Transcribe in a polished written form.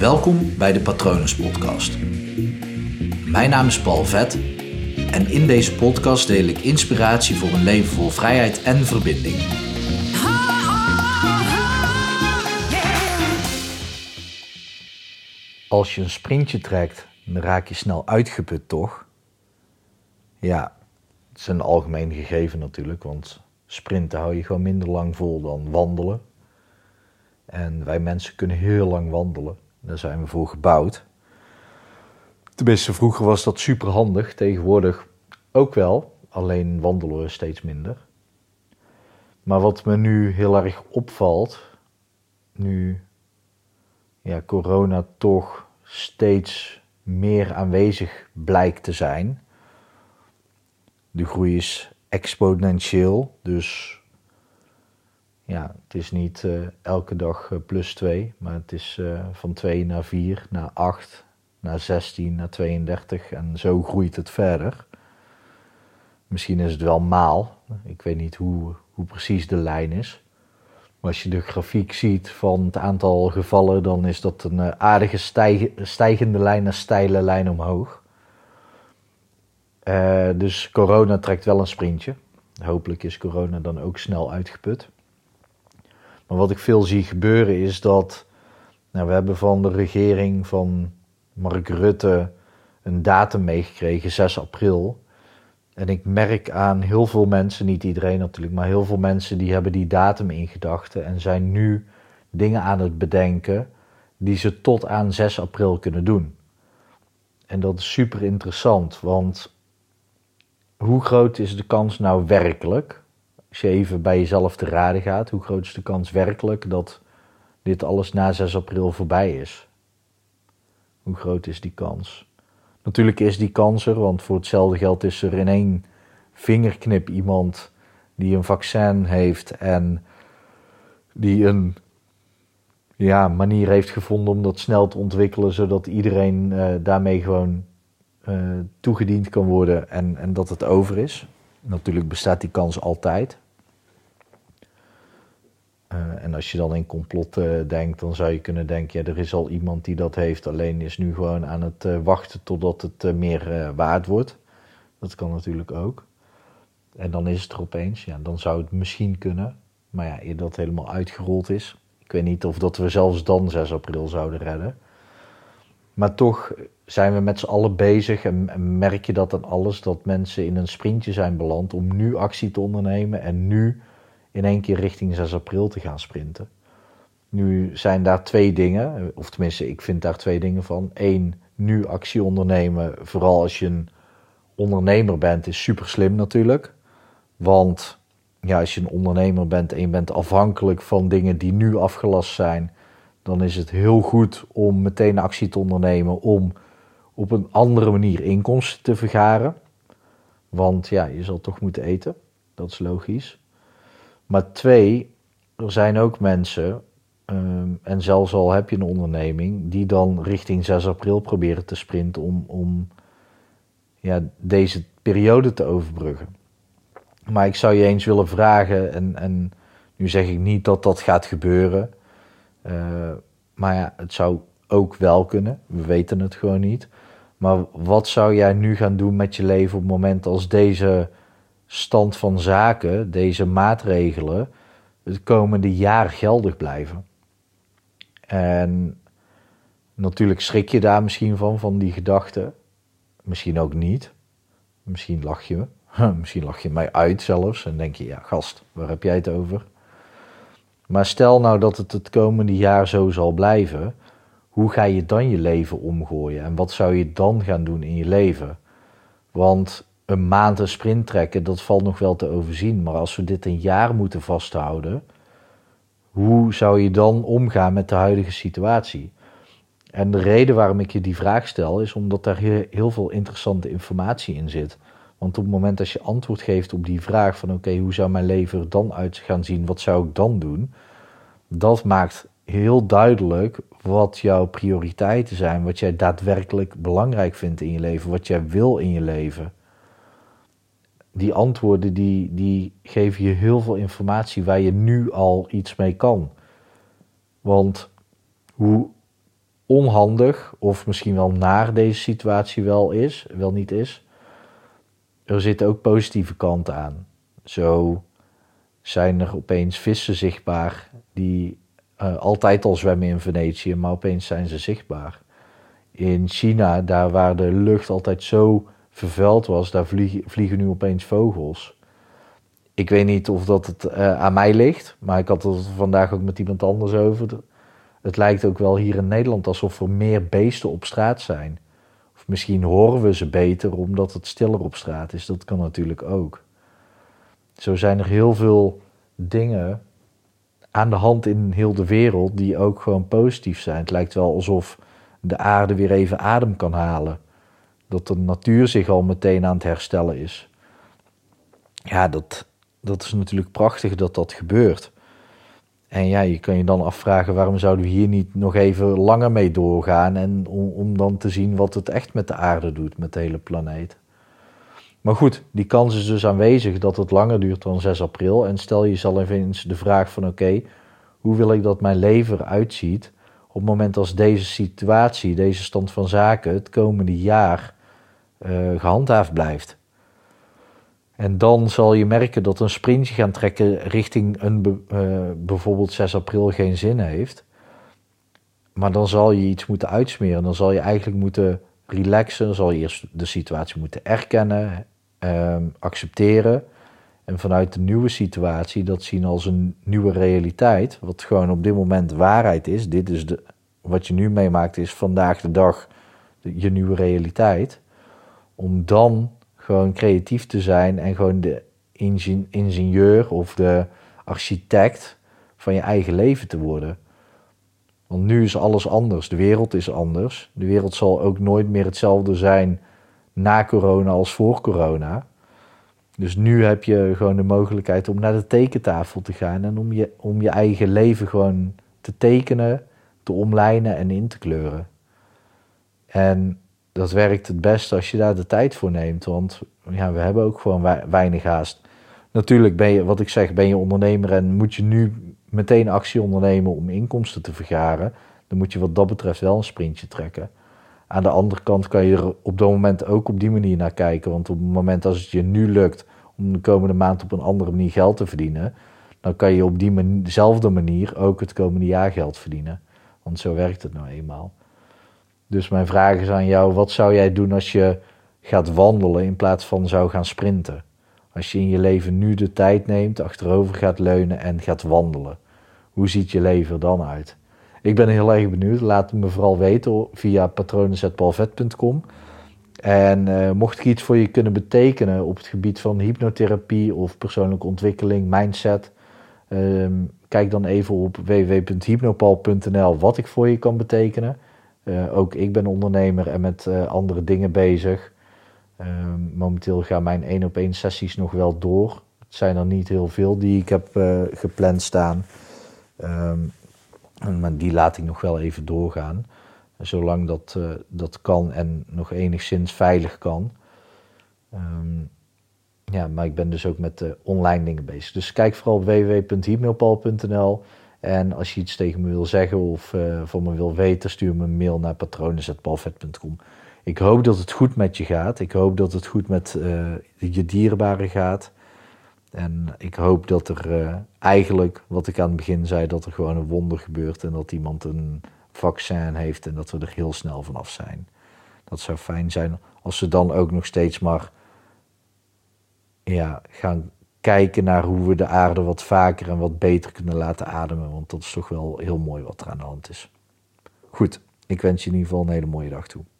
Welkom bij de Patronus Podcast. Mijn naam is Paul Vet en in deze podcast deel ik inspiratie voor een leven vol vrijheid en verbinding. Als je een sprintje trekt, dan raak je snel uitgeput, toch? Ja, het is een algemeen gegeven natuurlijk, want sprinten hou je gewoon minder lang vol dan wandelen. En wij mensen kunnen heel lang wandelen. Daar zijn we voor gebouwd. Tenminste, vroeger was dat super handig. Tegenwoordig ook wel. Alleen wandelen we steeds minder. Maar wat me nu heel erg opvalt, nu corona toch steeds meer aanwezig blijkt te zijn. De groei is exponentieel, dus het is niet elke dag plus 2, maar het is van 2 naar 4, naar 8, naar 16, naar 32 en zo groeit het verder. Misschien is het wel maal, ik weet niet hoe precies de lijn is. Maar als je de grafiek ziet van het aantal gevallen, dan is dat een aardige stijgende lijn, een steile lijn omhoog. Dus corona trekt wel een sprintje. Hopelijk is corona dan ook snel uitgeput. Maar wat ik veel zie gebeuren is dat we hebben van de regering van Mark Rutte een datum meegekregen, 6 april. En ik merk aan heel veel mensen, niet iedereen natuurlijk, maar heel veel mensen die hebben die datum in gedachten en zijn nu dingen aan het bedenken die ze tot aan 6 april kunnen doen. En dat is super interessant, want hoe groot is de kans nou werkelijk? Als je even bij jezelf te raden gaat, hoe groot is de kans werkelijk dat dit alles na 6 april voorbij is? Hoe groot is die kans? Natuurlijk is die kans er, want voor hetzelfde geld is er in 1 vingerknip iemand die een vaccin heeft en die een manier heeft gevonden om dat snel te ontwikkelen, zodat iedereen daarmee gewoon toegediend kan worden en dat het over is. Natuurlijk bestaat die kans altijd. En als je dan in complot denkt, dan zou je kunnen denken, er is al iemand die dat heeft, alleen is nu gewoon aan het wachten totdat het meer waard wordt. Dat kan natuurlijk ook. En dan is het er opeens, dan zou het misschien kunnen. Maar eer dat helemaal uitgerold is. Ik weet niet of dat we zelfs dan 6 april zouden redden. Maar toch zijn we met z'n allen bezig en merk je dat aan alles, dat mensen in een sprintje zijn beland om nu actie te ondernemen en nu in één keer richting 6 april te gaan sprinten. Nu zijn daar 2 dingen, of tenminste ik vind daar 2 dingen van. 1, nu actie ondernemen, vooral als je een ondernemer bent, is super slim natuurlijk. Want als je een ondernemer bent en je bent afhankelijk van dingen die nu afgelast zijn, dan is het heel goed om meteen actie te ondernemen om op een andere manier inkomsten te vergaren. Want je zal toch moeten eten, dat is logisch. Maar 2, er zijn ook mensen, en zelfs al heb je een onderneming, die dan richting 6 april proberen te sprinten om deze periode te overbruggen. Maar ik zou je eens willen vragen, en nu zeg ik niet dat dat gaat gebeuren, maar het zou ook wel kunnen, we weten het gewoon niet. Maar wat zou jij nu gaan doen met je leven op het moment als deze stand van zaken, deze maatregelen, het komende jaar geldig blijven? En natuurlijk schrik je daar misschien van die gedachte. Misschien ook niet. Misschien lach je me. Misschien lach je mij uit zelfs en denk je, gast, waar heb jij het over? Maar stel nou dat het komende jaar zo zal blijven, hoe ga je dan je leven omgooien? En wat zou je dan gaan doen in je leven? Want een maand een sprint trekken, dat valt nog wel te overzien. Maar als we dit een jaar moeten vasthouden, hoe zou je dan omgaan met de huidige situatie? En de reden waarom ik je die vraag stel, is omdat daar heel veel interessante informatie in zit. Want op het moment dat je antwoord geeft op die vraag van oké, hoe zou mijn leven er dan uit gaan zien, wat zou ik dan doen? Dat maakt heel duidelijk wat jouw prioriteiten zijn, wat jij daadwerkelijk belangrijk vindt in je leven, wat jij wil in je leven. Die antwoorden die geven je heel veel informatie waar je nu al iets mee kan. Want hoe onhandig of misschien wel naar deze situatie wel niet is, er zitten ook positieve kanten aan. Zo zijn er opeens vissen zichtbaar die altijd al zwemmen in Venetië, maar opeens zijn ze zichtbaar. In China, daar waar de lucht altijd zo vervuild was, daar vliegen nu opeens vogels. Ik weet niet of dat het aan mij ligt, maar ik had het vandaag ook met iemand anders over. Het lijkt ook wel hier in Nederland alsof er meer beesten op straat zijn. Of misschien horen we ze beter omdat het stiller op straat is. Dat kan natuurlijk ook. Zo zijn er heel veel dingen aan de hand in heel de wereld die ook gewoon positief zijn. Het lijkt wel alsof de aarde weer even adem kan halen. Dat de natuur zich al meteen aan het herstellen is. Ja, dat is natuurlijk prachtig dat dat gebeurt. En ja, je kan je dan afvragen waarom zouden we hier niet nog even langer mee doorgaan en om dan te zien wat het echt met de aarde doet, met de hele planeet. Maar goed, die kans is dus aanwezig dat het langer duurt dan 6 april. En stel jezelf even eens de vraag van oké, hoe wil ik dat mijn leven eruit ziet op het moment als deze situatie, deze stand van zaken het komende jaar gehandhaafd blijft. En dan zal je merken dat een sprintje gaan trekken richting bijvoorbeeld 6 april geen zin heeft. Maar dan zal je iets moeten uitsmeren. Dan zal je eigenlijk moeten relaxen. Dan zal je eerst de situatie moeten erkennen, accepteren. En vanuit de nieuwe situatie dat zien als een nieuwe realiteit. Wat gewoon op dit moment waarheid is. Dit is wat je nu meemaakt is vandaag de dag je nieuwe realiteit. Om dan gewoon creatief te zijn en gewoon de ingenieur of de architect van je eigen leven te worden. Want nu is alles anders. De wereld is anders. De wereld zal ook nooit meer hetzelfde zijn na corona als voor corona. Dus nu heb je gewoon de mogelijkheid om naar de tekentafel te gaan en om je eigen leven gewoon te tekenen, te omlijnen en in te kleuren. En dat werkt het beste als je daar de tijd voor neemt, want ja, we hebben ook gewoon weinig haast. Natuurlijk ben je ondernemer en moet je nu meteen actie ondernemen om inkomsten te vergaren. Dan moet je wat dat betreft wel een sprintje trekken. Aan de andere kant kan je er op dat moment ook op die manier naar kijken. Want op het moment als het je nu lukt om de komende maand op een andere manier geld te verdienen, dan kan je op diezelfde manier ook het komende jaar geld verdienen. Want zo werkt het nou eenmaal. Dus mijn vraag is aan jou, wat zou jij doen als je gaat wandelen in plaats van zou gaan sprinten? Als je in je leven nu de tijd neemt, achterover gaat leunen en gaat wandelen. Hoe ziet je leven er dan uit? Ik ben heel erg benieuwd. Laat het me vooral weten via patronen@paulvet.com. En mocht ik iets voor je kunnen betekenen op het gebied van hypnotherapie of persoonlijke ontwikkeling, mindset, kijk dan even op www.hypnopal.nl wat ik voor je kan betekenen. Ook ik ben ondernemer en met andere dingen bezig. Momenteel gaan mijn 1-op-1 sessies nog wel door. Het zijn er niet heel veel die ik heb gepland staan. Maar die laat ik nog wel even doorgaan. Zolang dat kan en nog enigszins veilig kan. Maar ik ben dus ook met online dingen bezig. Dus kijk vooral op www.hypnopal.nl. En als je iets tegen me wil zeggen of van me wil weten, stuur me een mail naar patronen@paulvet.com. Ik hoop dat het goed met je gaat. Ik hoop dat het goed met je dierbaren gaat. En ik hoop dat er eigenlijk, wat ik aan het begin zei, dat er gewoon een wonder gebeurt. En dat iemand een vaccin heeft en dat we er heel snel vanaf zijn. Dat zou fijn zijn als we dan ook nog steeds maar gaan kijken naar hoe we de aarde wat vaker en wat beter kunnen laten ademen. Want dat is toch wel heel mooi wat er aan de hand is. Goed, ik wens je in ieder geval een hele mooie dag toe.